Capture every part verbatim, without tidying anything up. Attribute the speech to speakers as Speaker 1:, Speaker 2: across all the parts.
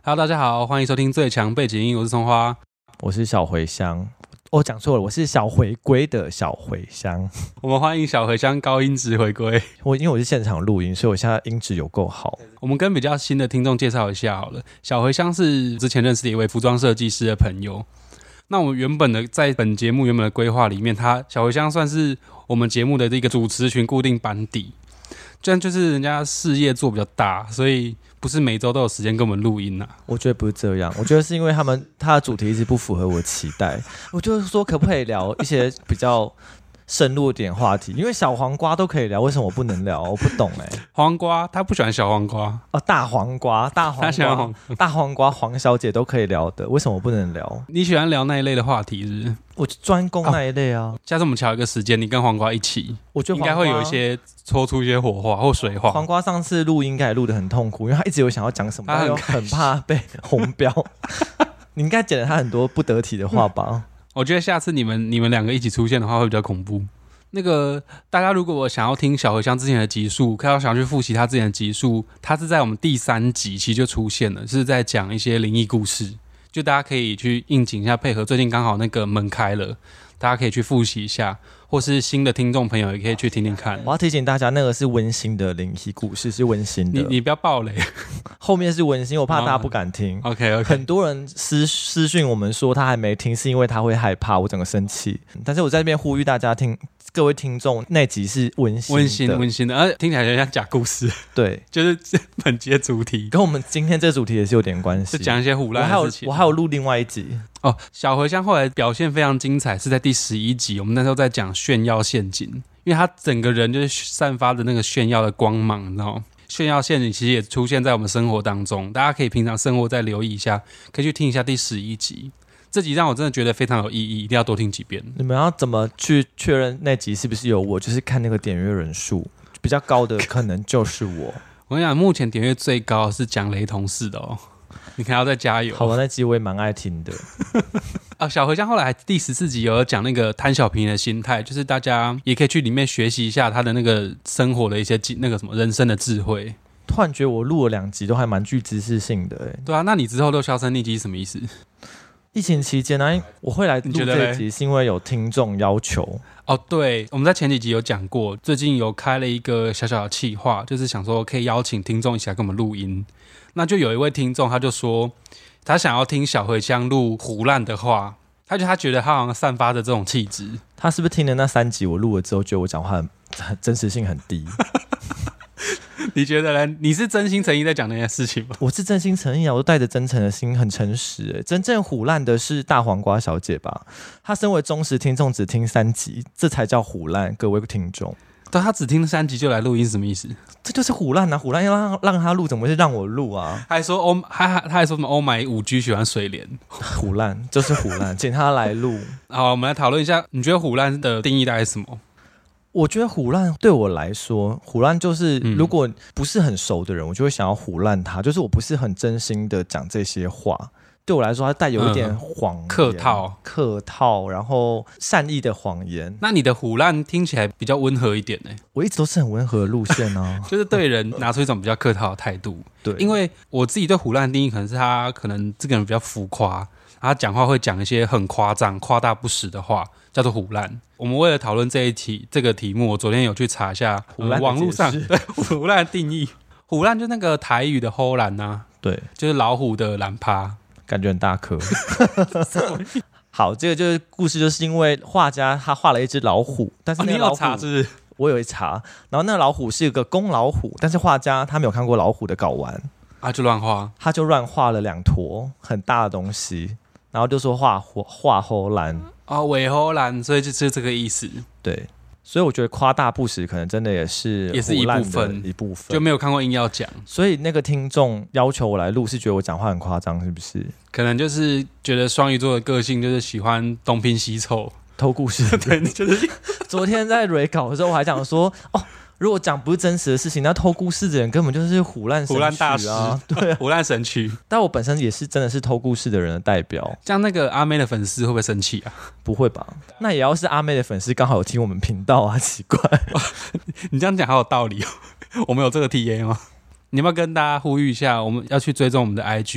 Speaker 1: Hello， 大家好，欢迎收听最强背景音，我是葱花，
Speaker 2: 我是小茴香。我、哦、讲错了，我是小回归的小茴香。
Speaker 1: 我们欢迎小茴香高音质回归。
Speaker 2: 我因为我是现场录音，所以我现在音质有够好。
Speaker 1: 我们跟比较新的听众介绍一下好了，小茴香是之前认识的一位服装设计师的朋友。那我们原本的在本节目原本的规划里面，他小茴香算是我们节目的这个主持群固定班底。这样就是人家事业做比较大，所以不是每周都有时间跟我们录音啊。
Speaker 2: 我觉得不是这样，我觉得是因为他们他的主题一直不符合我的期待。我就是说，可不可以聊一些比较深入一点话题？因为小黄瓜都可以聊，为什么我不能聊？我不懂哎、欸。
Speaker 1: 黄瓜他不喜欢小黄瓜
Speaker 2: 哦，大黄瓜，大黄瓜，黄大黄瓜，黄小姐都可以聊的，为什么我不能聊？
Speaker 1: 你喜欢聊那一类的话题是不是？
Speaker 2: 我专攻那一类啊。
Speaker 1: 哦、下次我们瞧一个时间，你跟黄瓜一起，
Speaker 2: 我觉得
Speaker 1: 应该会有一些搓出一些火花或水花。
Speaker 2: 黄瓜上次录音应该也录得很痛苦，因为他一直有想要讲什么，他很, 很怕被红标。你应该剪了他很多不得体的话吧？
Speaker 1: 我觉得下次你们你们两个一起出现的话会比较恐怖。那个大家如果想要听小茴香之前的集数，看到想要去复习他之前的集数，他是在我们第三集其实就出现了，是在讲一些灵异故事，就大家可以去应景一下，配合最近刚好那个门开了，大家可以去复习一下，或是新的听众朋友也可以去听听看。
Speaker 2: 我要提醒大家，那个是温馨的灵异故事，是温馨的。
Speaker 1: 你你不要爆雷，
Speaker 2: 后面是温馨，我怕大家不敢听。
Speaker 1: 哦、OK OK，
Speaker 2: 很多人私私讯我们说他还没听，是因为他会害怕，我整个生气。但是我在这边呼吁大家听，各位听众，那集是温馨的，
Speaker 1: 温馨温馨的，而、啊、听起来有点像假故事。
Speaker 2: 对，
Speaker 1: 就是本集的主题
Speaker 2: 跟我们今天这主题也是有点关系，
Speaker 1: 就讲一些唬烂的事情。
Speaker 2: 我还有录另外一集
Speaker 1: 哦，小茴香后来表现非常精彩，是在第十一集，我们那时候在讲炫耀陷阱，因为他整个人就是散发的那个炫耀的光芒，你知道吗？炫耀陷阱其实也出现在我们生活当中，大家可以平常生活再留意一下，可以去听一下第十一集。这集让我真的觉得非常有意义，一定要多听几遍。
Speaker 2: 你们要怎么去确认那集是不是有我？就是看那个点阅人数比较高的，可能就是我。
Speaker 1: 我跟你讲，目前点阅最高是讲雷同事的哦，你可能要再加油。
Speaker 2: 好吧，那集我也蛮爱听的。
Speaker 1: 啊，小茴香后来第十四集有讲那个贪小便宜的心态，就是大家也可以去里面学习一下他的那个生活的一些那个什么人生的智慧。
Speaker 2: 突然觉得我录了两集都还蛮具知识性的欸。
Speaker 1: 对啊，那你之后都销声匿迹是什么意思？
Speaker 2: 疫情期间呢，我会来录这集是因为有听众要求。
Speaker 1: 哦，对，我们在前几集有讲过，最近有开了一个小小的企划，就是想说可以邀请听众一起来跟我们录音。那就有一位听众他就说，他想要听小茴香录唬烂的话，他就他觉得他好像散发着这种气质。
Speaker 2: 他是不是听了那三集我录了之后，觉得我讲话很很真实性很低？
Speaker 1: 你觉得呢？你是真心诚意在讲那件事情吗？
Speaker 2: 我是真心诚意啊，我都带着真诚的心，很诚实、欸。真正唬烂的是大黄瓜小姐吧？她身为忠实听众，只听三集，这才叫唬烂。各位听众，
Speaker 1: 对，他只听三集就来录音是什么意思？
Speaker 2: 这就是唬烂啊！唬烂要让让他录，怎么会是让我录啊？
Speaker 1: 还说欧，还他还说什么欧买五 G 喜欢水莲，
Speaker 2: 唬烂就是唬烂，请他来录。
Speaker 1: 好，我们来讨论一下，你觉得唬烂的定义大概是什么？
Speaker 2: 我觉得唬烂对我来说，唬烂就是如果不是很熟的人，嗯、我就会想要唬烂他，就是我不是很真心的讲这些话。对我来说，它带有一点谎言、嗯、
Speaker 1: 客套、
Speaker 2: 客套，然后善意的谎言。
Speaker 1: 那你的唬烂听起来比较温和一点呢？我
Speaker 2: 一直都是很温和的路线啊，
Speaker 1: 就是对人拿出一种比较客套的态度。
Speaker 2: 对，
Speaker 1: 因为我自己对唬烂的定义可能是他可能这个人比较浮夸，他讲话会讲一些很夸张、夸大不实的话，叫做唬烂。我们为了讨论这一题这个题目，我昨天有去查一下、呃、网络上对唬烂的定义。唬烂就那个台语的齁烂啊，对，就是老虎的懒趴，
Speaker 2: 感觉很大颗。好，这个就是故事，就是因为画家他画了一只老虎，但是那个老虎、哦、你有查是不是？我有一查，然后那个老虎是一个公老虎，但是画家他没有看过老虎的睾丸
Speaker 1: 啊，就乱画，
Speaker 2: 他就乱画了两坨很大的东西，然后就说画画齁烂
Speaker 1: 哦，尾齁烂，所以就是这个意思。
Speaker 2: 对，所以我觉得夸大不实可能真的也是
Speaker 1: 也是一部分
Speaker 2: 一部分，
Speaker 1: 就没有看过硬要讲。
Speaker 2: 所以那个听众要求我来录，是觉得我讲话很夸张，是不是？
Speaker 1: 可能就是觉得双鱼座的个性就是喜欢东拼西凑、
Speaker 2: 偷故事。
Speaker 1: 对，就是
Speaker 2: 昨天在蕊稿的时候，我还讲说哦。如果讲不是真实的事情，那偷故事的人根本就是唬烂神曲啊！唬烂大师，对、啊，
Speaker 1: 唬烂神曲。
Speaker 2: 但我本身也是真的是偷故事的人的代表。
Speaker 1: 这样那个阿妹的粉丝会不会生气啊？
Speaker 2: 不会吧？那也要是阿妹的粉丝刚好有听我们频道啊，奇怪。
Speaker 1: 你这样讲好有道理哦。我们有这个 T A 吗？你要不要跟大家呼吁一下，我们要去追踪我们的 I G？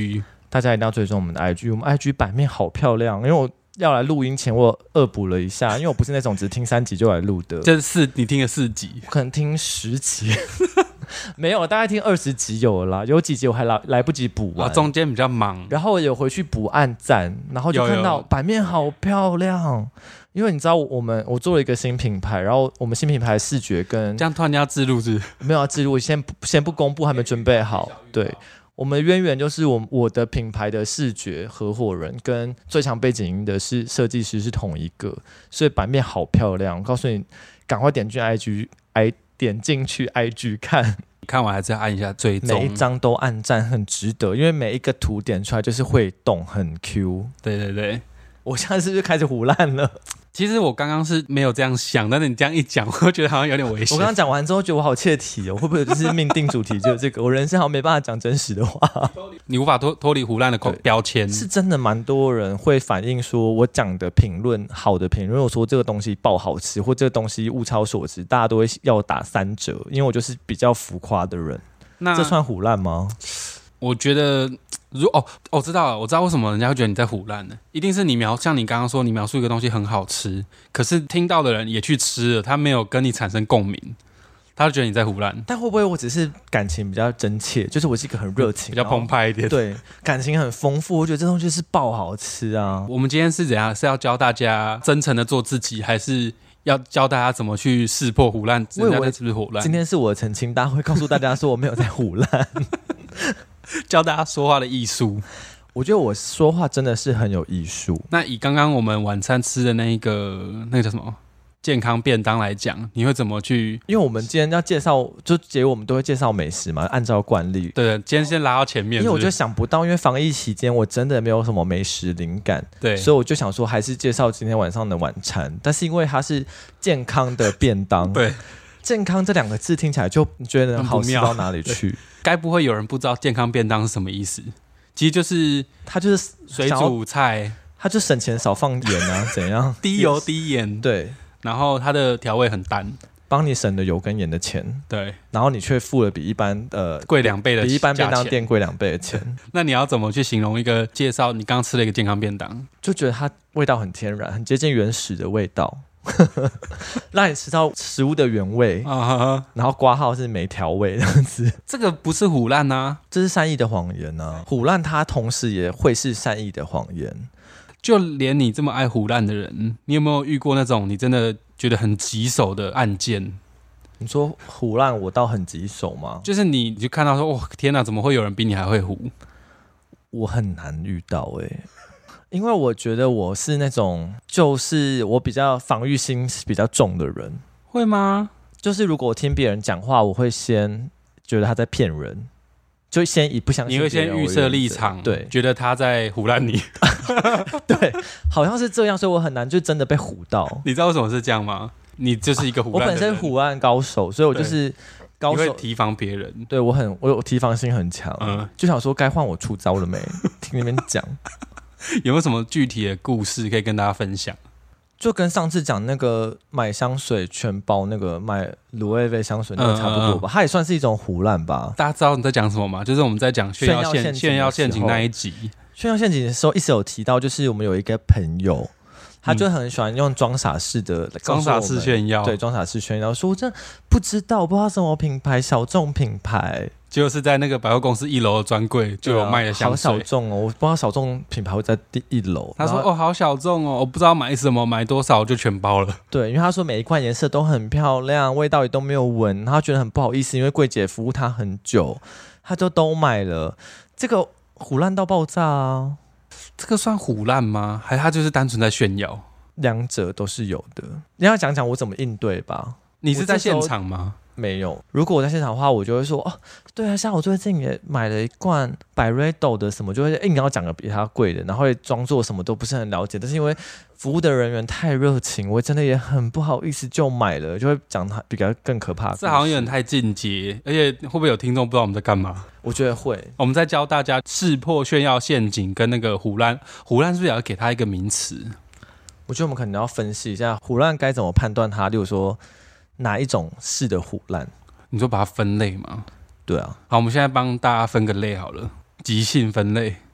Speaker 2: 大家一定要追踪我们的 I G， 我们 I G 版面好漂亮，因为我要来录音前我恶补了一下，因为我不是那种只听三集就来录的。
Speaker 1: 这是你听了四集，
Speaker 2: 我可能听十集，没有，大概听二十集有了啦，有几集我还来来不及补完，
Speaker 1: 中间比较忙，
Speaker 2: 然后我有回去补按赞，然后就看到版面好漂亮。因为你知道我们我做了一个新品牌，然后我们新品牌的视觉跟
Speaker 1: 这样突然要置入是
Speaker 2: 没有要置入，先先不公布，还没准备好。对，我们的渊源就是我我的品牌的视觉合伙人跟最强背景音的是设计师是同一个，所以版面好漂亮。我告诉你，赶快点进 I G， I 点进去 I G 看。
Speaker 1: 看完还是要按一下追踪，
Speaker 2: 每一张都按赞，很值得，因为每一个图点出来就是会动，很 Q。对
Speaker 1: 对对，
Speaker 2: 我现在是不是开始胡烂了？
Speaker 1: 其实我刚刚是没有这样想，但是你这样一讲，我觉得好像有点危险。
Speaker 2: 我刚刚讲完之后，觉得我好切题哦，会不会就是命定主题就是这个？我人生好像没办法讲真实的话，
Speaker 1: 你无法脱脱离胡乱的标签。
Speaker 2: 是真的蛮多人会反映说，我讲的评论好的评论，我说这个东西爆好吃，或这个东西物超所值，大家都会要我打三折，因为我就是比较浮夸的人。那这算胡乱吗？
Speaker 1: 我觉得。如哦，我知道了，我知道为什么人家会觉得你在唬烂呢？一定是你描像你刚刚说，你描述一个东西很好吃，可是听到的人也去吃了，他没有跟你产生共鸣，他就觉得你在唬烂。
Speaker 2: 但会不会我只是感情比较真切，就是我是一个很热情、
Speaker 1: 比较澎湃一点，
Speaker 2: 对，感情很丰富，我觉得这东西是爆好吃啊。
Speaker 1: 我们今天是怎样？是要教大家真诚的做自己，还是要教大家怎么去识破唬烂？人家在是不是唬烂？
Speaker 2: 今天是我的澄清大会，告诉大家说我没有在唬烂。
Speaker 1: 教大家说话的艺术，
Speaker 2: 我觉得我说话真的是很有艺术。
Speaker 1: 那以刚刚我们晚餐吃的那一个那个叫什么健康便当来讲，你会怎么去？
Speaker 2: 因为我们今天要介绍，就结果我们都会介绍美食嘛，按照惯例。
Speaker 1: 对，今天先拉到前面是不是，
Speaker 2: 因为我就想不到，因为防疫期间我真的没有什么美食灵感，
Speaker 1: 对，
Speaker 2: 所以我就想说还是介绍今天晚上的晚餐。但是因为它是健康的便当，
Speaker 1: 对。
Speaker 2: 健康这两个字听起来就觉得好吃到哪里去？
Speaker 1: 该不会有人不知道健康便当是什么意思？其实就是
Speaker 2: 它就是
Speaker 1: 水煮菜，
Speaker 2: 它就省钱少放盐啊，怎样？
Speaker 1: 低油低盐，
Speaker 2: 对。
Speaker 1: 然后它的调味很淡，
Speaker 2: 帮你省了油跟盐的钱，
Speaker 1: 对。
Speaker 2: 然后你却付了比一般呃
Speaker 1: 贵两倍的，
Speaker 2: 比一般便当店贵两倍的钱。
Speaker 1: 那你要怎么去形容一个介绍你刚吃了一个健康便当？
Speaker 2: 就觉得它味道很天然，很接近原始的味道。让你吃到食物的原味， uh-huh. 然后括号是没调味这样子。
Speaker 1: 这个不是唬烂啊，
Speaker 2: 这是善意的谎言啊！唬烂它同时也会是善意的谎言。
Speaker 1: 就连你这么爱唬烂的人，你有没有遇过那种你真的觉得很棘手的案件？
Speaker 2: 你说唬烂我到很棘手吗？
Speaker 1: 就是你就看到说，哇，天哪，怎么会有人比你还会唬？
Speaker 2: 我很难遇到哎、欸。因为我觉得我是那种，就是我比较防御心比较重的人。
Speaker 1: 会吗？
Speaker 2: 就是如果我听别人讲话，我会先觉得他在骗人，就先以不相信别人。
Speaker 1: 你会先预设立场，
Speaker 2: 对，
Speaker 1: 觉得他在唬烂你。
Speaker 2: 对，好像是这样，所以我很难就真的被唬到。
Speaker 1: 你知道为什么是这样吗？你就是一个唬烂的人。
Speaker 2: 我本身唬烂高手，所以我就是高手，
Speaker 1: 你会提防别人。
Speaker 2: 对，我很，我有提防心很强，嗯，就想说该换我出招了没？听你们讲。
Speaker 1: 有没有什么具体的故事可以跟大家分享？
Speaker 2: 就跟上次讲那个买香水全包那个买卤味味香水那个差不多吧，嗯嗯嗯，它也算是一种唬烂吧。
Speaker 1: 大家知道你在讲什么吗？就是我们在讲炫耀陷炫耀陷阱那一集。
Speaker 2: 炫耀陷阱的时候，一直有提到，就是我们有一个朋友，他就很喜欢用装傻式的
Speaker 1: 装傻式炫耀，
Speaker 2: 对，装傻式炫耀，说我真的不知道，我不知道什么品牌，小众品牌。
Speaker 1: 就是在那个百货公司一楼的专柜就有卖的香水，
Speaker 2: 啊，好小众哦！我不知道小众品牌会在第一楼。
Speaker 1: 他说：“哦，好小众哦，我不知道买什么，买多少就全包了。”
Speaker 2: 对，因为他说每一罐颜色都很漂亮，味道也都没有闻，他觉得很不好意思，因为柜姐服务他很久，他就都买了。这个唬烂到爆炸啊！
Speaker 1: 这个算唬烂吗？还是他就是单纯在炫耀？
Speaker 2: 两者都是有的。你要讲讲我怎么应对吧？
Speaker 1: 你是在现场吗？
Speaker 2: 没有，如果我在现场的话，我就会说哦，对啊，像我最近也买了一罐百瑞斗的什么，就会硬要讲个比它贵的，然后会装作什么都不是很了解，但是因为服务的人员太热情，我真的也很不好意思就买了，就会讲它比较更可怕的。
Speaker 1: 这好像有点太进阶，而且会不会有听众不知道我们在干嘛？
Speaker 2: 我觉得会，
Speaker 1: 我们在教大家识破炫耀陷阱跟那个唬烂，唬烂是不是也要给他一个名词？
Speaker 2: 我觉得我们可能要分析一下唬烂该怎么判断它，例如说哪一种是的唬烂。
Speaker 1: 你说把它分类吗？
Speaker 2: 对啊。
Speaker 1: 好，我们现在帮大家分个类好了，即兴分类。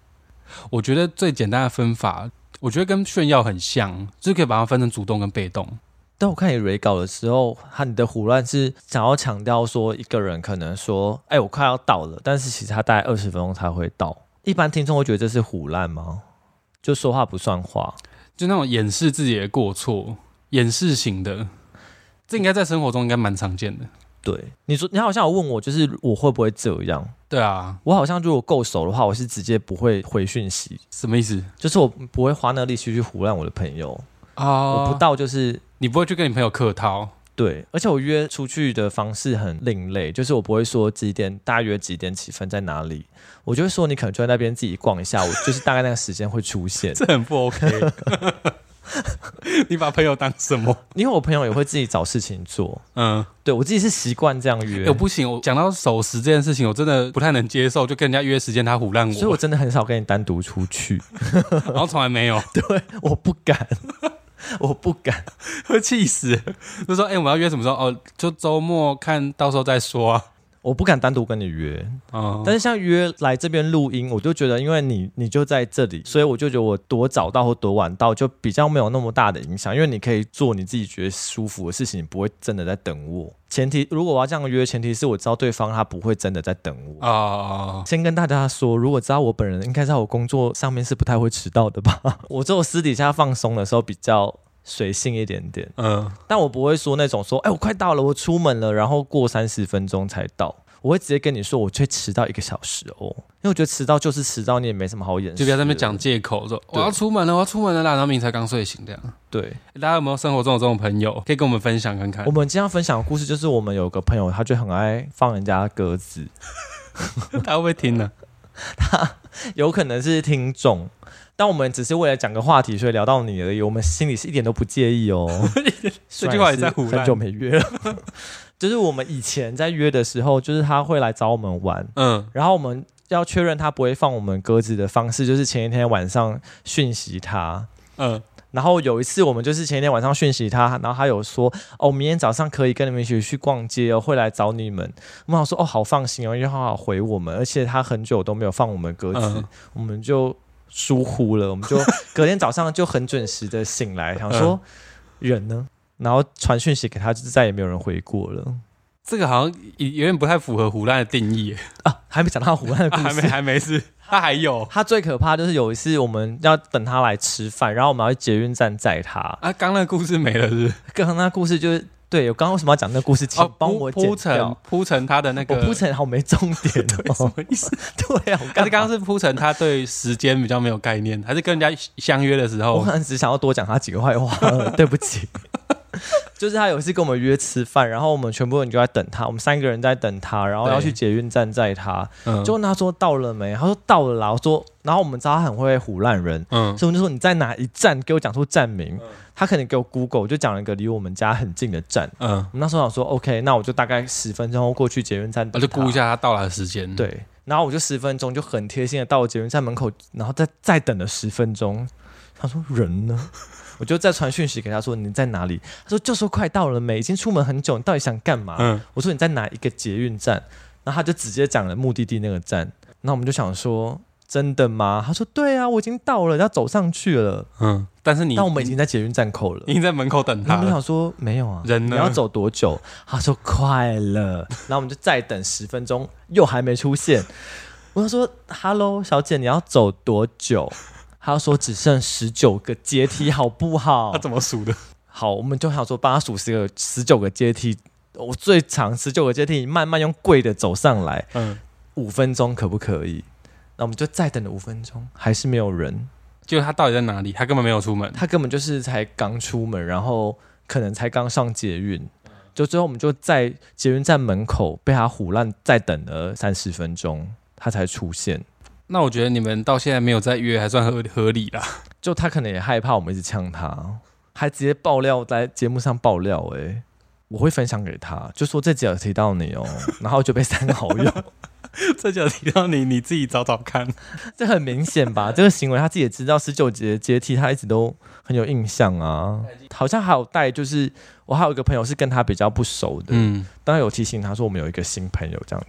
Speaker 1: 我觉得最简单的分法，我觉得跟炫耀很像，就是可以把它分成主动跟被动。
Speaker 2: 但我看你蕊稿的时候，他你的胡乱是想要强调说，一个人可能说，哎、欸，我快要到了，但是其实他大概二十分钟才会到。一般听众会觉得这是胡乱吗？就说话不算话，
Speaker 1: 就那种掩饰自己的过错，掩饰型的，这应该在生活中应该蛮常见的。
Speaker 2: 对，你说你好像有问我，就是我会不会这样？
Speaker 1: 对啊，
Speaker 2: 我好像如果够熟的话，我是直接不会回讯息。
Speaker 1: 什么意思？
Speaker 2: 就是我不会花那个力气去胡乱我的朋友。
Speaker 1: 哦，
Speaker 2: 我不到就是
Speaker 1: 你不会去跟你朋友客套。
Speaker 2: 对，而且我约出去的方式很另类，就是我不会说几点，大约几点几分在哪里，我就会说你可能就在那边自己逛一下，我就是大概那个时间会出现。
Speaker 1: 这很不 OK。你把朋友当什么？
Speaker 2: 因为我朋友也会自己找事情做。嗯，对我自己是习惯这样约。
Speaker 1: 欸、我不行，我讲到守时这件事情，我真的不太能接受，就跟人家约时间，他唬烂我，
Speaker 2: 所以我真的很少跟你单独出去，
Speaker 1: 然后从来没有。
Speaker 2: 对，我不敢。我不敢，
Speaker 1: 会气死。就说：“哎、欸，我们要约什么时候？哦，就周末看到时候再说啊。”
Speaker 2: 我不敢单独跟你约，嗯，但是像约来这边录音，我就觉得因为你你就在这里，所以我就觉得我多早到或多晚到就比较没有那么大的影响，因为你可以做你自己觉得舒服的事情，你不会真的在等我。前提如果我要这样约，前提是我知道对方他不会真的在等我啊。先跟大家说，如果知道我本人应该在我工作上面是不太会迟到的吧，我只有私底下放松的时候比较随性一点点，嗯，但我不会说那种说，哎、欸，我快到了，我出门了，然后过三十分钟才到。我会直接跟你说，我却迟到一个小时哦，因为我觉得迟到就是迟到，你也没什么好掩饰，
Speaker 1: 就不要在那边讲借口说我要出门了，我要出门了啦，然后明明才刚睡醒这样。
Speaker 2: 对，
Speaker 1: 大家有没有生活中有这种朋友可以跟我们分享看看？
Speaker 2: 我们今天要分享的故事就是我们有个朋友，他就很爱放人家鸽子，
Speaker 1: 他会不会听呢？
Speaker 2: 他有可能是听众。但我们只是为了讲个话题，所以聊到你而已。我们心里是一点都不介意哦。
Speaker 1: 这句话也在唬烂，
Speaker 2: 很久没约了。就是我们以前在约的时候，就是他会来找我们玩，嗯，然后我们要确认他不会放我们鸽子的方式，就是前一天晚上讯息他，嗯。然后有一次我们就是前一天晚上讯息他，然后他有说哦，明天早上可以跟你们一起去逛街哦，会来找你们。我们想说哦，好放心哦，因为他好回我们，而且他很久都没有放我们鸽子，嗯、我们就。疏忽了，我们就隔天早上就很准时的醒来，想说人呢，然后传讯息给他，就是再也没有人回过了。
Speaker 1: 这个好像有点不太符合胡乱的定义
Speaker 2: 啊！还没讲到胡乱的故事，
Speaker 1: 啊、还没还没事，他还有
Speaker 2: 他最可怕就是有一次我们要等他来吃饭，然后我们要去捷运站载他
Speaker 1: 啊。刚那个故事没了是不是？
Speaker 2: 刚刚那个故事就是。对，我刚刚为什么要讲那个故事？请帮我
Speaker 1: 铺陈铺陈他的那个，
Speaker 2: 我铺陈好没重点、哦，
Speaker 1: 什么意思？
Speaker 2: 对啊，我
Speaker 1: 但是刚刚是铺陈他对时间比较没有概念，还是跟人家相约的时候？
Speaker 2: 我可能只想要多讲他几个坏话，对不起。就是他有一次跟我们约吃饭，然后我们全部人就在等他，我们三个人在等他，然后要去捷运站载他，就问他说到了没？他说到了啦。我说，然后我们知道他很会唬烂人，嗯，所以我们就说你在哪一站？给我讲出站名。嗯、他可能给我 Google， 我就讲了一个离我们家很近的站。嗯，我们那时候想说 ，OK， 那我就大概十分钟后过去捷运站等他，
Speaker 1: 我就估一下他到来的时间。
Speaker 2: 对，然后我就十分钟就很贴心的到了捷运站门口，然后再再等了十分钟。他说人呢？我就再传讯息给他说你在哪里？他说就说快到了没，已经出门很久，你到底想干嘛？嗯、我说你在哪一个捷运站？然后他就直接讲了目的地那个站。那我们就想说真的吗？他说对啊，我已经到了，要走上去了。嗯，
Speaker 1: 但是你，
Speaker 2: 但我们已经在捷运站口了，
Speaker 1: 已经在门口等他了。
Speaker 2: 我们想说没有啊，
Speaker 1: 人呢？
Speaker 2: 你要走多久？他说快了。然后我们就再等十分钟，又还没出现。我就说 ，Hello， 小姐，你要走多久？他说只剩十九个阶梯，好不好？
Speaker 1: 他怎么数的？
Speaker 2: 好，我们就想说帮他数十个十九个阶梯。我最长十九个阶梯，你慢慢用跪的走上来，嗯，五分钟可不可以？那我们就再等了五分钟，还是没有人。
Speaker 1: 就他到底在哪里？他根本没有出门，
Speaker 2: 他根本就是才刚出门，然后可能才刚上捷运。就最后我们就在捷运站门口被他唬烂，再等了三十分钟，他才出现。
Speaker 1: 那我觉得你们到现在没有再约，还算合合理啦。
Speaker 2: 就他可能也害怕我们一直呛他，还直接爆料在节目上爆料、欸，哎，我会分享给他，就说这集有提到你哦、喔，然后就被删好友。
Speaker 1: 这集有提到你，你自己找找看。
Speaker 2: 这很明显吧？这个行为他自己也知道，十九节阶梯他一直都很有印象啊。好像还有带，就是我还有一个朋友是跟他比较不熟的，嗯，当然有提醒他说我们有一个新朋友这样子。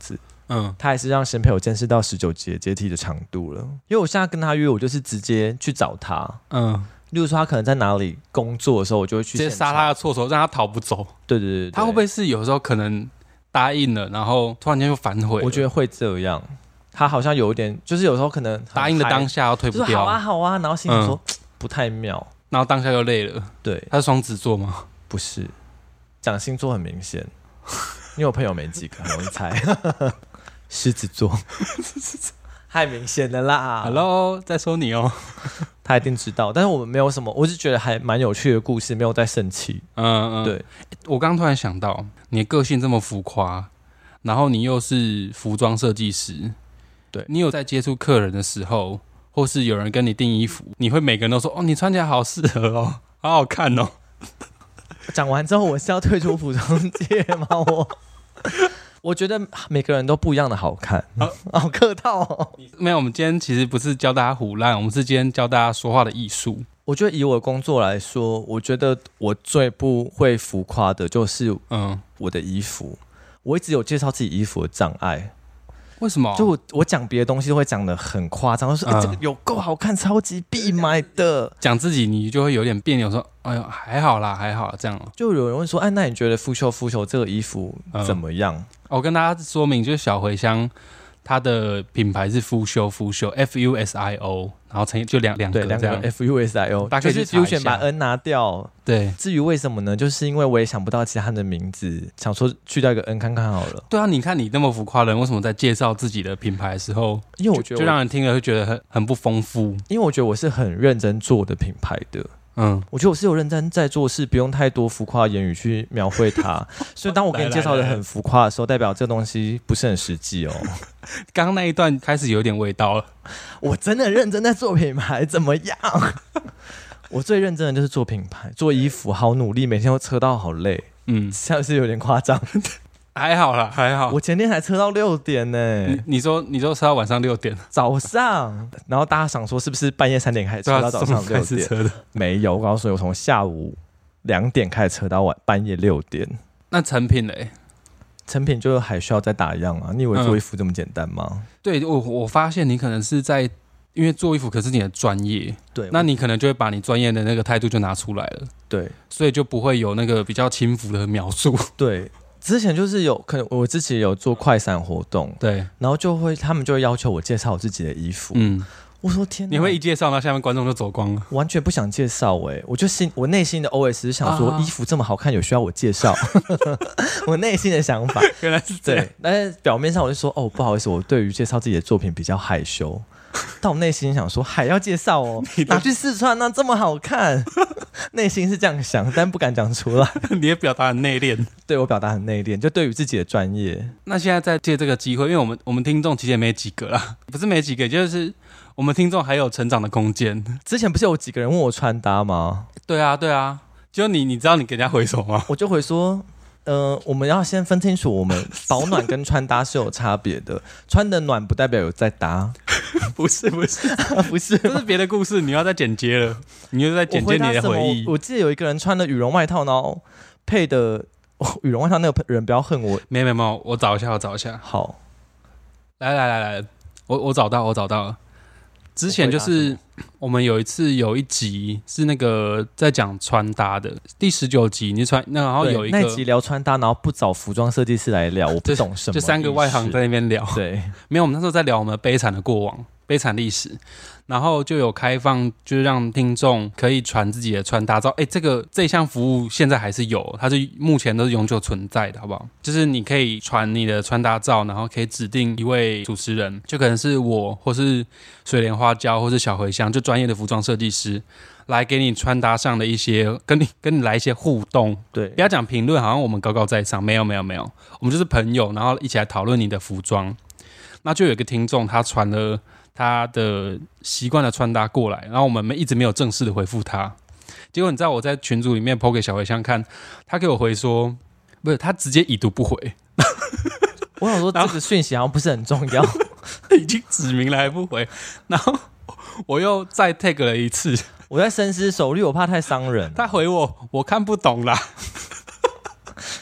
Speaker 2: 嗯，他还是让神陪我见识到十九节阶梯的长度了。因为我现在跟他约，我就是直接去找他，嗯。例如说他可能在哪里工作的时候，我就会去
Speaker 1: 直接杀他的措手，让他逃不走。
Speaker 2: 对对 对, 对，
Speaker 1: 他会不会是有时候可能答应了，然后突然间又反悔？
Speaker 2: 我觉得会这样。他好像有一点，就是有时候可能
Speaker 1: 答应的当下要退不掉，
Speaker 2: 就是好啊好啊，然后心里说、嗯、不太妙，
Speaker 1: 然后当下又累了。对，他是双子座吗？
Speaker 2: 不是，讲星座很明显，因为我朋友没几个，很容易猜。狮子座。太明显了啦
Speaker 1: ！Hello， 在说你哦，
Speaker 2: 他一定知道，但是我们没有什么，我是觉得还蛮有趣的故事，没有在生气。嗯嗯，对。
Speaker 1: 我刚刚突然想到，你的个性这么浮夸，然后你又是服装设计师，对你有在接触客人的时候，或是有人跟你订衣服，你会每个人都说：“哦，你穿起来好适合哦，好好看哦。”
Speaker 2: 讲完之后，我是要退出服装界吗？我。我觉得每个人都不一样的好看，好、哦、客套、哦。
Speaker 1: 没有，我们今天其实不是教大家唬烂，我们是今天教大家说话的艺术。
Speaker 2: 我觉得以我的工作来说，我觉得我最不会浮夸的就是嗯我的衣服，我一直有介绍自己衣服的障碍。
Speaker 1: 为什么？
Speaker 2: 就我我讲别的东西都会讲得很夸张，说、嗯欸、这个有够好看，超级必买的。
Speaker 1: 讲自己你就会有点别扭，说哎呦还好啦，还好这样。
Speaker 2: 就有人问说，哎，那你觉得肤秀肤秀这个衣服怎么样？嗯
Speaker 1: 我跟大家说明，就是小茴香，它的品牌是肤秀肤秀 F U S I O， 然后乘以就两两个这样
Speaker 2: F U S I O， 就是 Fusion 把 N 拿掉。
Speaker 1: 对，
Speaker 2: 至于为什么呢？就是因为我也想不到其他的名字，想说去掉一个 N 看看好了。
Speaker 1: 对啊，你看你那么浮夸的人，为什么在介绍自己的品牌的时候，
Speaker 2: 因为我觉得
Speaker 1: 就, 就让人听了会觉得很很不丰富？
Speaker 2: 因为我觉得我是很认真做的品牌的。嗯，我觉得我是有认真在做事，不用太多浮夸的言语去描绘它。所以当我给你介绍的很浮夸的时候，代表这个东西不是很实际哦。
Speaker 1: 刚刚那一段开始有点味道了。
Speaker 2: 我真的认真在做品牌，怎么样？我最认真的就是做品牌，做衣服，好努力，每天都车到好累。嗯，是不是有点夸张？
Speaker 1: 还好啦，还好。
Speaker 2: 我前天才车到六点呢、欸。
Speaker 1: 你你说你说车到晚上六点，
Speaker 2: 早上，然后大家想说是不是半夜三点开始车到早上六点？
Speaker 1: 车的
Speaker 2: 没有，我告诉你，我从下午两点开始车到晚半夜六点。
Speaker 1: 那成品嘞？
Speaker 2: 成品就还需要再打样啊？你以为做衣服这么简单吗？嗯、
Speaker 1: 对我我发现你可能是在因为做衣服可是你的专业，对，那你可能就会把你专业的那个态度就拿出来了，对，所以就不会有那个比较轻浮的描述，
Speaker 2: 对。之前就是有可能我之前有做快闪活动，对，然后就会他们就会要求我介绍我自己的衣服，嗯，我说天哪，
Speaker 1: 你会一介绍，那下面观众就走光了，
Speaker 2: 完全不想介绍哎、欸，我就心我内心的 O S 想说、啊、衣服这么好看，有需要我介绍？我内心的想法
Speaker 1: 原来是这样，
Speaker 2: 但是表面上我就说哦不好意思，我对于介绍自己的作品比较害羞。但我内心想说还要介绍哦，拿去试穿啊，这么好看，内心是这样想，但不敢讲出来。
Speaker 1: 你的表达很内敛，
Speaker 2: 对我表达很内敛，就对于自己的专业。
Speaker 1: 那现在在借这个机会，因为我们我们听众其实也没几个啦，不是没几个，就是我们听众还有成长的空间。
Speaker 2: 之前不是有几个人问我穿搭吗？
Speaker 1: 对啊，对啊，就你你知道你给人家回什么吗？
Speaker 2: 我就回说。呃，我们要先分清楚，我们保暖跟穿搭是有差别的。穿的暖不代表有在搭，
Speaker 1: 不是不是
Speaker 2: 不是，
Speaker 1: 这是别的故事，你要再剪接了，你又在剪接你的回忆。
Speaker 2: 我, 我记得有一个人穿的羽绒外套，然后配的、哦、羽绒外套，那个人不要恨我。
Speaker 1: 没有没有没有，我找一下，我找一下。
Speaker 2: 好，
Speaker 1: 来来来来，我我找到，我找到了。之前就是我们有一次有一集是那个在讲穿搭的第十九集，你穿那然后有一个
Speaker 2: 那集聊穿搭，然后不找服装设计师来聊，我不懂什么，
Speaker 1: 就三个外行在那边聊。
Speaker 2: 对，
Speaker 1: 没有，我们那时候在聊我们悲惨的过往、悲惨历史，然后就有开放，就是让听众可以传自己的穿搭照。哎，这个这项服务现在还是有，它是目前都是永久存在的，好不好？就是你可以传你的穿搭照，然后可以指定一位主持人，就可能是我，或是水莲花椒，或是小茴香，就专业的服装设计师来给你穿搭上的一些，跟你跟你来一些互动。对，不要讲评论，好像我们高高在上，没有没有没有，我们就是朋友，然后一起来讨论你的服装。那就有一个听众，他传了他的习惯的穿搭过来，然后我们一直没有正式的回复他。结果你知道我在群组里面 po 给小茴香看，他给我回说，不是，他直接已读不回。
Speaker 2: 我想说这个讯息好像不是很重要，
Speaker 1: 已经指明了还不回，然后我又再 tag 了一次，
Speaker 2: 我在深思熟虑，我怕太伤人。
Speaker 1: 他回我，我看不懂啦。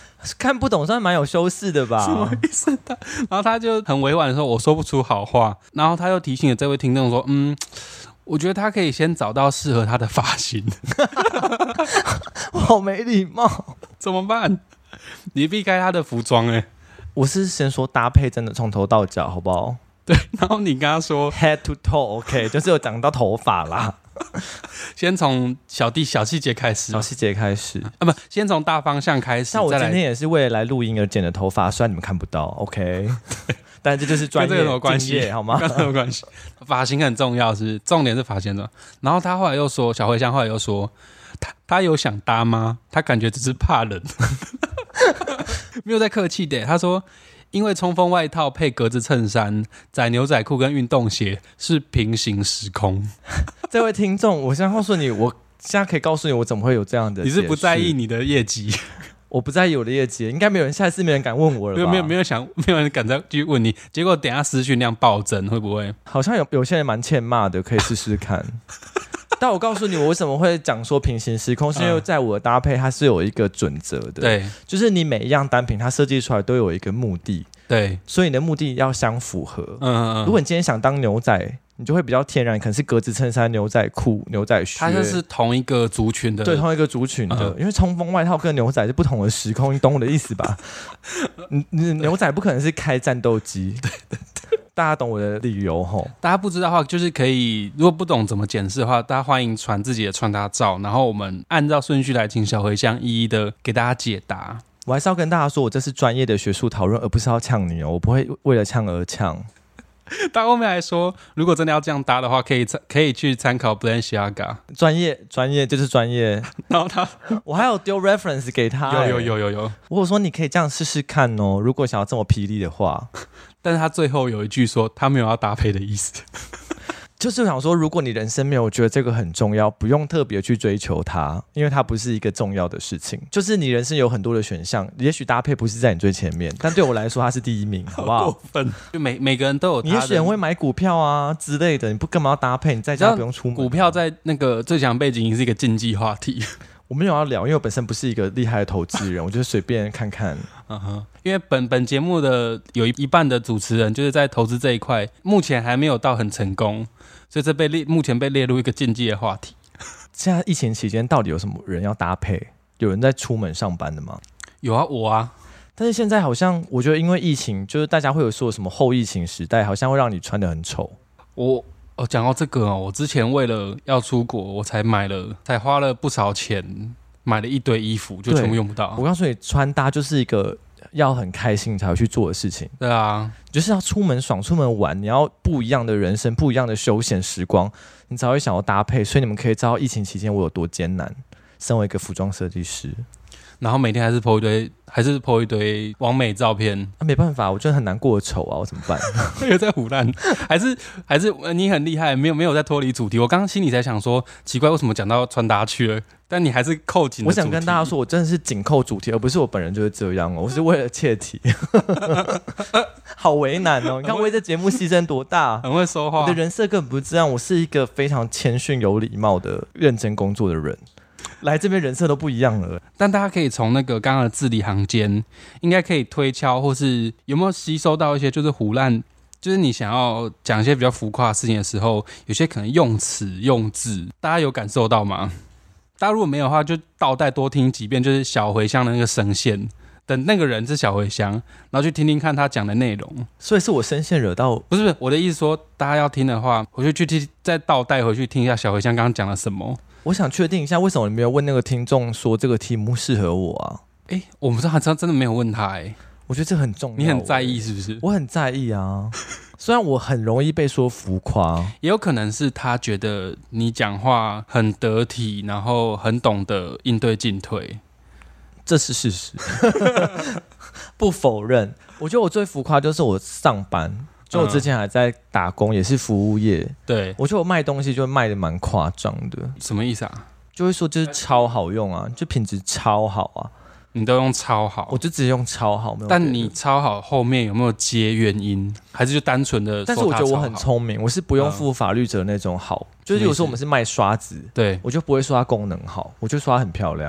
Speaker 2: 看不懂算蛮有修饰的吧？
Speaker 1: 什么意思？他然后他就很委婉的说：“我说不出好话。”然后他又提醒了这位听众说：“嗯，我觉得他可以先找到适合他的发型。”
Speaker 2: 我好没礼貌，
Speaker 1: 怎么办？你避开他的服装哎、欸。
Speaker 2: 我是先说搭配真的从头到脚，好不好？
Speaker 1: 对，然後你跟他說
Speaker 2: head to toe，OK，、okay, 就是有講到頭髮啦。
Speaker 1: 先從小弟小細節開始，
Speaker 2: 小細節開始
Speaker 1: 啊，不，先從大方向開始。
Speaker 2: 像我今天也是為了來錄音而剪的頭髮，雖然你們看不到 ，OK， 但這就是專業，
Speaker 1: 跟這個有關係
Speaker 2: 好嗎？
Speaker 1: 跟這個有關係。髮型很重要，是重點是髮型的。然後他後來又說，小茴香後來又說，他他有想搭嗎？他感覺只是怕冷，沒有在客氣的。他說。因為衝鋒外套配格子襯衫、窄牛仔褲跟運動鞋是平行時空。
Speaker 2: 這位聽眾，我現在告訴你，我現在可以告訴你，我怎麼會有這樣的？
Speaker 1: 你是不在意你的業績？
Speaker 2: 我不在意我的業績，應該沒有人，下次沒有人敢問我了吧？
Speaker 1: 沒有沒有沒有想，沒有人敢再繼續問你。結果等一下私訊量暴增，會不會？
Speaker 2: 好像有有些人蠻欠罵的，可以試試看。但我告訴你，我為什麼會講說平行時空，是因為在我的搭配它是有一個準則的，
Speaker 1: 對，
Speaker 2: 就是你每一樣單品它設計出來都有一個目的，
Speaker 1: 對，
Speaker 2: 所以你的目的要相符合。嗯嗯嗯。如果你今天想當牛仔，你就會比較天然，可能是格子襯衫、牛仔褲、牛仔靴，
Speaker 1: 它就是同一個族群的，
Speaker 2: 對，同一個族群的。嗯、因為衝鋒外套跟牛仔是不同的時空，你懂我的意思吧？你你牛仔不可能是開戰鬥機。對對對，大家懂我的理由吼？
Speaker 1: 大家不知道的話，就是可以，如果不懂怎麼檢視的話，大家歡迎傳自己的穿搭照，然後我們按照順序來，請小茴香一一的給大家解答。
Speaker 2: 我還是要跟大家說，我這是專業的學術討論，而不是要嗆你哦，我不會為了嗆而嗆。
Speaker 1: 他後面還說，如果真的要這樣搭的話，可以可以去參考 Balenciaga。
Speaker 2: 專業專業就是專業。然後他，我還有丟 reference 給他、欸，
Speaker 1: 有有有有有。
Speaker 2: 我有說你可以這樣試試看哦，如果想要這麼霹靂的話。
Speaker 1: 但是他最後有一句說，他沒有要搭配的意思。
Speaker 2: 就是想說，如果你人生沒有覺得這個很重要，不用特別去追求它，因為它不是一個重要的事情。就是你人生有很多的選項，也許搭配不是在你最前面，但對我來說它是第一名，好不好？
Speaker 1: 好過分，就每每個人都有他的。
Speaker 2: 你也許人會買股票啊之類的，你不幹嘛要搭配？你在家不用出門。
Speaker 1: 股票在那個最強背景是一個禁忌話題。
Speaker 2: 我沒有要聊，因為我本身不是一個厲害的投資人，我就隨便看看。
Speaker 1: 嗯哼，因為本本節目的有一一半的主持人就是在投資這一塊，目前還沒有到很成功，所以這被列目前被列入一個禁忌的話題。
Speaker 2: 現在疫情期間，到底有什麼人要搭配？有人在出門上班的嗎？
Speaker 1: 有啊，我啊。
Speaker 2: 但是現在好像，我覺得因為疫情，就是大家會有說什麼後疫情時代，好像會讓你穿得很醜。
Speaker 1: 我。哦，講到這個哦，我之前為了要出國，我才買了，才花了不少錢，買了一堆衣服，就全部用不到。
Speaker 2: 我告訴你，穿搭就是一個要很開心才會去做的事情。
Speaker 1: 對啊，
Speaker 2: 就是要出門爽，出門玩，你要不一樣的人生，不一樣的休閒時光，你才會想要搭配。所以你們可以知道疫情期間我有多艱難，身為一個服裝設計師。
Speaker 1: 然後每天還是 po 一堆，還是 po 一堆網美照片。
Speaker 2: 啊，沒辦法，我覺得很難過的醜啊，我怎麼辦？
Speaker 1: 又在唬爛，還是還是你很厲害，沒有沒有在脫離主題。我剛剛心裡才想說，奇怪，為什麼講到穿搭去了？但你還是扣緊了主題。
Speaker 2: 我想跟大家說，我真的是緊扣主題，而不是我本人就是這樣哦，我是為了切題。好為難哦！你看為這節目犧牲多大，
Speaker 1: 很會說話。
Speaker 2: 我的人設根本不是這樣，我是一個非常謙遜、有禮貌的、認真工作的人。來這邊人設都不一樣了，
Speaker 1: 但大家可以從那個剛剛的字裡行間，應該可以推敲，或是有沒有吸收到一些就是唬爛，就是你想要講一些比較浮誇的事情的時候，有些可能用詞用字，大家有感受到嗎？大家如果沒有的話，就倒帶多聽幾遍，就是小茴香的那個聲線，等那個人是小茴香，然後去聽聽看他講的內容。
Speaker 2: 所以是我聲線惹到？
Speaker 1: 不是不是，我的意思說，大家要聽的話，我就去聽，再倒帶回去聽一下小茴香剛剛講了什麼。
Speaker 2: 我想確定一下，為什麼你沒有問那個聽眾說這個題目適合我啊？
Speaker 1: 哎，我們好像真的沒有問他哎。
Speaker 2: 我覺得這很重要，
Speaker 1: 你很在意是不是？
Speaker 2: 我很在意啊，雖然我很容易被說浮誇，
Speaker 1: 也有可能是他覺得你講話很得體，然後很懂得應對進退，
Speaker 2: 這是事實，不否認。我覺得我最浮誇就是我上班。就我之前還在打工，也是服務業。對，我覺得我賣東西就賣得蠻誇張的。
Speaker 1: 什麼意思啊？
Speaker 2: 就會說就是超好用啊，就品質超好啊。
Speaker 1: 你都用超好？
Speaker 2: 我就直接用超好。沒有，
Speaker 1: 但你超好後面有沒有接原因？還是就單純的？
Speaker 2: 但是我覺得我很聰明，我是不用負法律責那種好。嗯、就是有時候我們是賣刷子，對，我就不會說它功能好，我就說它很漂亮。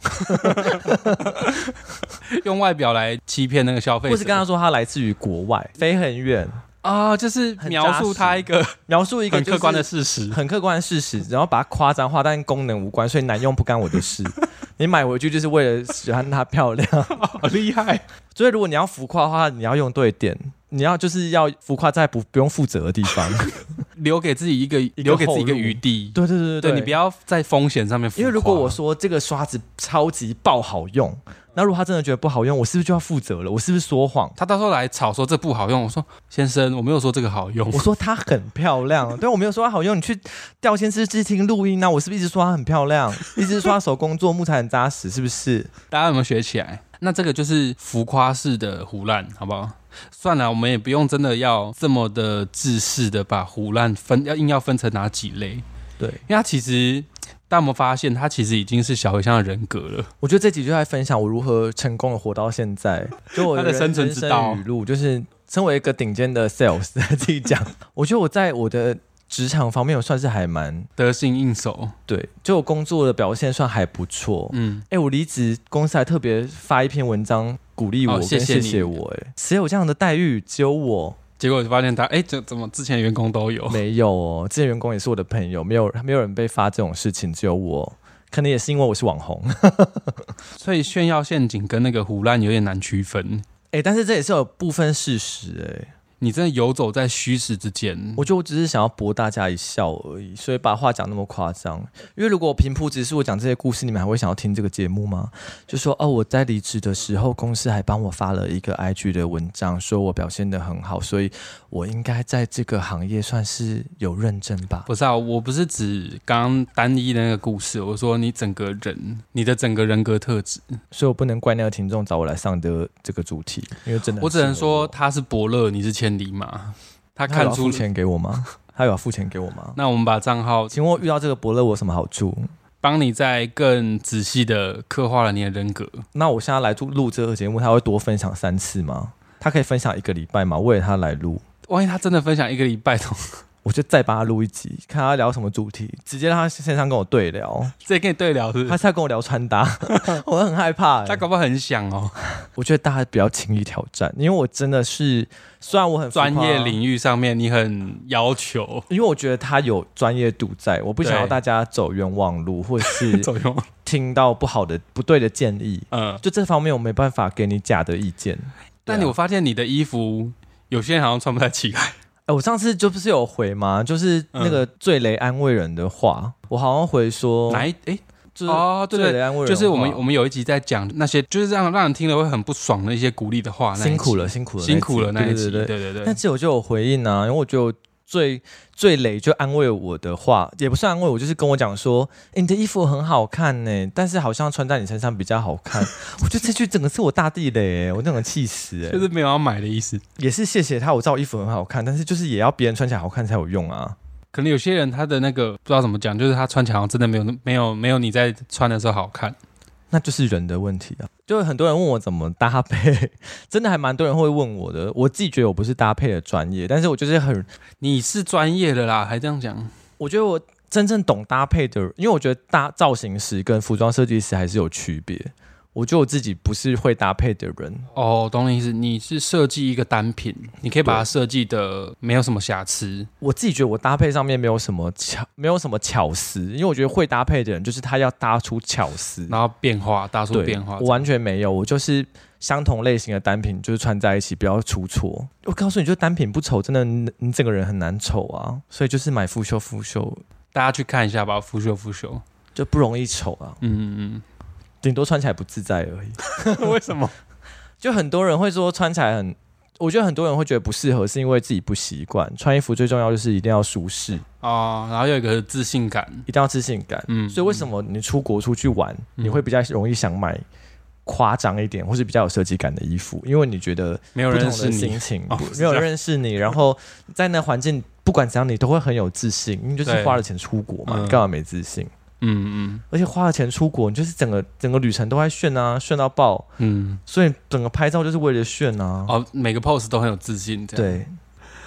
Speaker 1: 用外表来欺骗那个消费者，
Speaker 2: 或是跟他说他来自于国外，飞很远
Speaker 1: 啊，就是描述他一个
Speaker 2: 描述一个
Speaker 1: 很客观的事实，
Speaker 2: 很客观的事实，然后把它夸张化，但功能无关，所以难用不干我的事。你买回去就是为了喜欢它漂亮，
Speaker 1: 好厉害。
Speaker 2: 所以如果你要浮夸的话，你要用对点，你要就是要浮夸在不不用负责的地方，
Speaker 1: 留给自己一个留给自己一个余地。
Speaker 2: 对对对
Speaker 1: 对, 对你不要在风险上面浮夸。
Speaker 2: 因为如果我说这个刷子超级爆好用，那如果他真的觉得不好用，我是不是就要负责了？我是不是说谎？
Speaker 1: 他到时候来吵说这不好用，我说先生，我没有说这个好用，
Speaker 2: 我说它很漂亮，对，我没有说它好用。你去调监视器听录音啊，我是不是一直说它很漂亮，一直说它手工做木材很扎实，是不是？
Speaker 1: 大家有没有学起来？那这个就是浮夸式的胡乱，好不好？算了，我们也不用真的要这么的制式的把胡乱分，要硬要分成哪几类？
Speaker 2: 对，
Speaker 1: 因为它其实。但我们发现他其实已经是小茴香的人格了。
Speaker 2: 我觉得这集就在分享我如何成功的活到现在，就我的
Speaker 1: 生存之道
Speaker 2: 语录，就是身为一个顶尖的 sales 自己讲，我觉得我在我的职场方面我算是还蛮
Speaker 1: 得心应手，
Speaker 2: 对，就我工作的表现算还不错。嗯，哎、欸，我离职公司还特别发一篇文章鼓励我，跟谢谢我、欸，哎，谁有这样的待遇？只有我。
Speaker 1: 结果就发现他，哎，这怎么之前的员工都有？
Speaker 2: 没有哦，之前员工也是我的朋友，没有没有人被发这种事情，只有我。可能也是因为我是网红，
Speaker 1: 所以炫耀陷阱跟那个胡乱有点难区分。
Speaker 2: 哎，但是这也是有部分事实哎。
Speaker 1: 你真的游走在虚实之间。
Speaker 2: 我觉得我只是想要博大家一笑而已，所以把话讲那么夸张。因为如果我平铺直叙我讲这些故事，你们还会想要听这个节目吗？就说哦，我在离职的时候，公司还帮我发了一个 I G 的文章，说我表现得很好，所以我应该在这个行业算是有认证吧？
Speaker 1: 不是啊，我不是指刚刚单一的那个故事，我说你整个人，你的整个人格特质，
Speaker 2: 所以我不能怪那个听众找我来上的这个主题，因为真的，
Speaker 1: 我只能说他是伯乐，你是千里马，他看出
Speaker 2: 他有付钱给我吗？他有要付钱给我吗？
Speaker 1: 那我们把账号，
Speaker 2: 请问我遇到这个伯乐我有什么好处？
Speaker 1: 帮你再更仔细的刻画了你的人格。
Speaker 2: 那我现在来录这个节目，他会多分享三次吗？他可以分享一个礼拜吗？为了他来录，
Speaker 1: 万一他真的分享一个礼拜，
Speaker 2: 我就再帮他录一集，看他聊什么主题，直接让他线上跟我对聊，
Speaker 1: 直接跟你对聊是不是？
Speaker 2: 他是要跟我聊穿搭，我很害怕、欸。
Speaker 1: 他搞不好很想哦。
Speaker 2: 我觉得大家不要轻易挑战，因为我真的是，虽然我很
Speaker 1: 专业领域上面你很要求，
Speaker 2: 因为我觉得他有专业度在，我不想要大家走冤枉路，或者是
Speaker 1: 走冤枉听
Speaker 2: 到不好的、不对的建议。嗯，就这方面我没办法给你假的意见。
Speaker 1: 但你我发现你的衣服，有些人好像穿不太起来。
Speaker 2: 哎、欸，我上次就不是有回吗？就是那个最雷安慰人的话，嗯、我好像回说
Speaker 1: 哪一哎。欸
Speaker 2: 就是、哦，对对，
Speaker 1: 就是我们我们有一集在讲那些，就是让让人听了会很不爽的一些鼓励的话。
Speaker 2: 辛苦了，辛苦了，
Speaker 1: 辛苦了那一集，
Speaker 2: 对
Speaker 1: 对对对。
Speaker 2: 但是我就有回应啊，因为我觉得最最雷就安慰我的话，也不算安慰我，就是跟我讲说、欸，你的衣服很好看呢，但是好像穿在你身上比较好看。我觉得这句整个是我大地雷，我整个气死哎，
Speaker 1: 就是没有要买的意思。
Speaker 2: 也是谢谢他，我知道衣服很好看，但是就是也要别人穿起来好看才有用啊。
Speaker 1: 可能有些人他的那个不知道怎么讲，就是他穿起来好像真的没有没有没有你在穿的时候好看，
Speaker 2: 那就是人的问题啊。就很多人问我怎么搭配，真的还蛮多人会问我的。我自己觉得我不是搭配的专业，但是我就是很，
Speaker 1: 你是专业的啦，还这样讲。
Speaker 2: 我觉得我真正懂搭配的，因为我觉得搭造型师跟服装设计师还是有区别。我觉得我自己不是会搭配的人。
Speaker 1: 哦，懂你意思，你是设计一个单品，你可以把它设计的没有什么瑕疵。
Speaker 2: 我自己觉得我搭配上面没有什么巧，没有什么巧思，因为我觉得会搭配的人就是他要搭出巧思，
Speaker 1: 然后变化，搭出变化。
Speaker 2: 我完全没有，我就是相同类型的单品，就是穿在一起不要出错。我告诉你，就单品不丑，真的你你整个人很难丑啊。所以就是买复修复修，
Speaker 1: 大家去看一下吧，复修复修
Speaker 2: 就不容易丑啊。嗯嗯嗯。顶多穿起来不自在而已。
Speaker 1: 为什么？
Speaker 2: 就很多人会说穿起来很，我觉得很多人会觉得不适合，是因为自己不习惯。穿衣服最重要就是一定要舒适
Speaker 1: 哦，然后有一个自信感，
Speaker 2: 一定要自信感。嗯，所以为什么你出国出去玩，嗯、你会比较容易想买夸张一点，或是比较有设计感的衣服？因为你觉得
Speaker 1: 没有人认识你，
Speaker 2: 心情哦、没有人认识你，然后在那环境不管怎样，你都会很有自信，因为就是花了钱出国嘛，你干嘛没自信？嗯嗯，而且花了钱出国，你就是整个整个旅程都在炫啊，炫到爆。嗯，所以整个拍照就是为了炫啊。
Speaker 1: 哦，每个 pose 都很有自信。
Speaker 2: 对，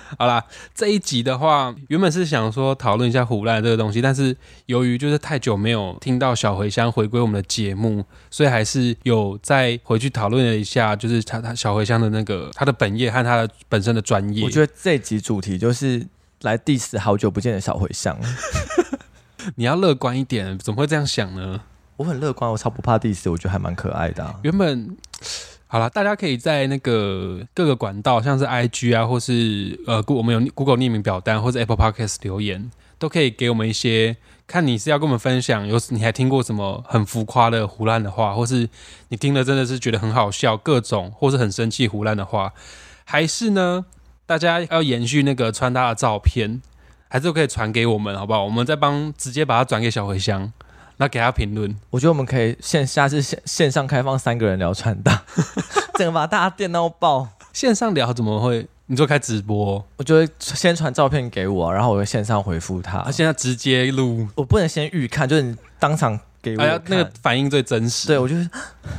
Speaker 1: 好啦，这一集的话，原本是想说讨论一下唬烂这个东西，但是由于就是太久没有听到小茴香回归我们的节目，所以还是有再回去讨论了一下，就是他他小茴香的那个他的本业和他的本身的专业。
Speaker 2: 我觉得这一集主题就是来 diss 好久不见的小茴香。
Speaker 1: 你要乐观一点，怎么会这样想呢？
Speaker 2: 我很乐观，我超不怕 diss， 我觉得还蛮可爱的、啊。
Speaker 1: 原本。好了，大家可以在那个各个管道，像是 I G 啊，或是呃，我们有 Google 匿名表单，或者 Apple Podcast 留言，都可以给我们一些，看你是要跟我们分享，有你还听过什么很浮夸的唬烂的话，或是你听了真的是觉得很好笑，各种，或是很生气唬烂的话，还是呢，大家要延续那个穿搭的照片，还是都可以传给我们，好不好？我们再帮直接把它转给小茴香。那给他评论，
Speaker 2: 我觉得我们可以线下是 线, 线上开放三个人聊穿搭，整个把大家电到爆。
Speaker 1: 线上聊怎么会？你就开直播？
Speaker 2: 我就会先传照片给我，然后我会线上回复他。
Speaker 1: 他、啊、现在直接录，
Speaker 2: 我不能先预看，就是你当场给我看、哎、
Speaker 1: 那个反应最真实。
Speaker 2: 对，我就是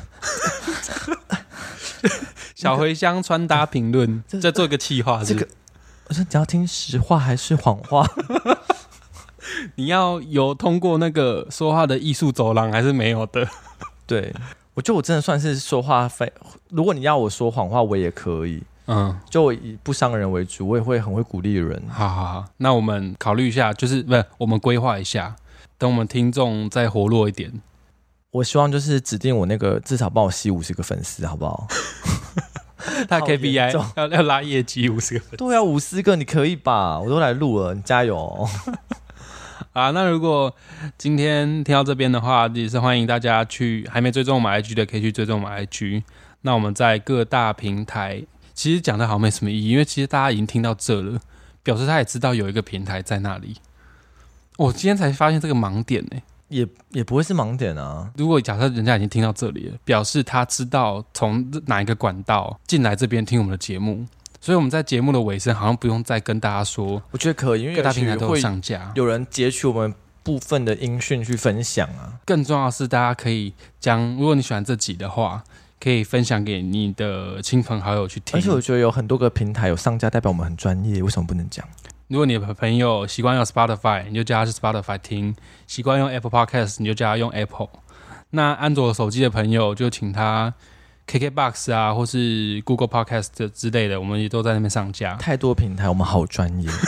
Speaker 1: 小茴香穿搭评论，再做一个企划。这个，
Speaker 2: 我说你要听实话还是谎话？
Speaker 1: 你要有通过那个说话的艺术走廊还是没有的？
Speaker 2: 对，我觉得我真的算是说话非，如果你要我说谎话，我也可以。嗯，就我以不伤人为主，我也会很会鼓励人。
Speaker 1: 好好好，那我们考虑一下，就是不是我们规划一下，等我们听众再活络一点。
Speaker 2: 我希望就是指定我那个至少帮我吸五十个粉丝，好不好？
Speaker 1: 他 K P I 要要拉业绩五十个粉丝，
Speaker 2: 对啊，五十个你可以吧？我都来录了，你加油、哦。
Speaker 1: 啊，那如果今天听到这边的话，也是欢迎大家去还没追踪我们 I G 的，可以去追踪我们 I G。那我们在各大平台，其实讲的好像没什么意义，因为其实大家已经听到这了，表示他也知道有一个平台在那里。我今天才发现这个盲点呢、欸，
Speaker 2: 也也不会是盲点啊。
Speaker 1: 如果假设人家已经听到这里了，表示他知道从哪一个管道进来这边听我们的节目。所以我们在节目的尾声好像不用再跟大家说，
Speaker 2: 我觉得可以，因为
Speaker 1: 各大平台都有上架，
Speaker 2: 有人截取我们部分的音讯去分享啊。
Speaker 1: 更重要的是，大家可以将，如果你喜欢这集的话，可以分享给你的亲朋好友去听。
Speaker 2: 而且我觉得有很多个平台有上架，代表我们很专业，为什么不能讲？
Speaker 1: 如果你的朋友习惯用 Spotify， 你就叫他去 Spotify 听；习惯用 Apple Podcast， 你就叫他用 Apple。那安卓手机的朋友就请他。K K B O X 啊，或是 Google Podcast 之类的，我们也都在那边上架。
Speaker 2: 太多平台，我们好专业。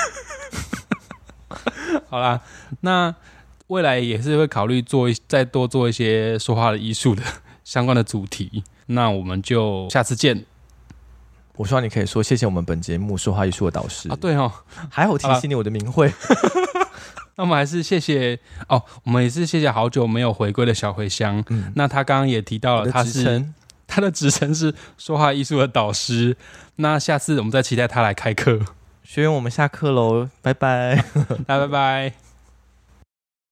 Speaker 1: 好啦，那未来也是会考虑做再多做一些说话的艺术的相关的主题。那我们就下次见。
Speaker 2: 我希望你可以说谢谢我们本节目说话艺术的导师
Speaker 1: 啊，对哦，
Speaker 2: 还好提醒你我的名讳。
Speaker 1: 那我们还是谢谢哦，我们也是谢谢好久没有回归的小茴香。嗯，那他刚刚也提到了他是。他的职称是说话艺术的导师，那下次我们再期待他来开课。
Speaker 2: 学员，我们下课喽，拜拜，
Speaker 1: 大家拜拜。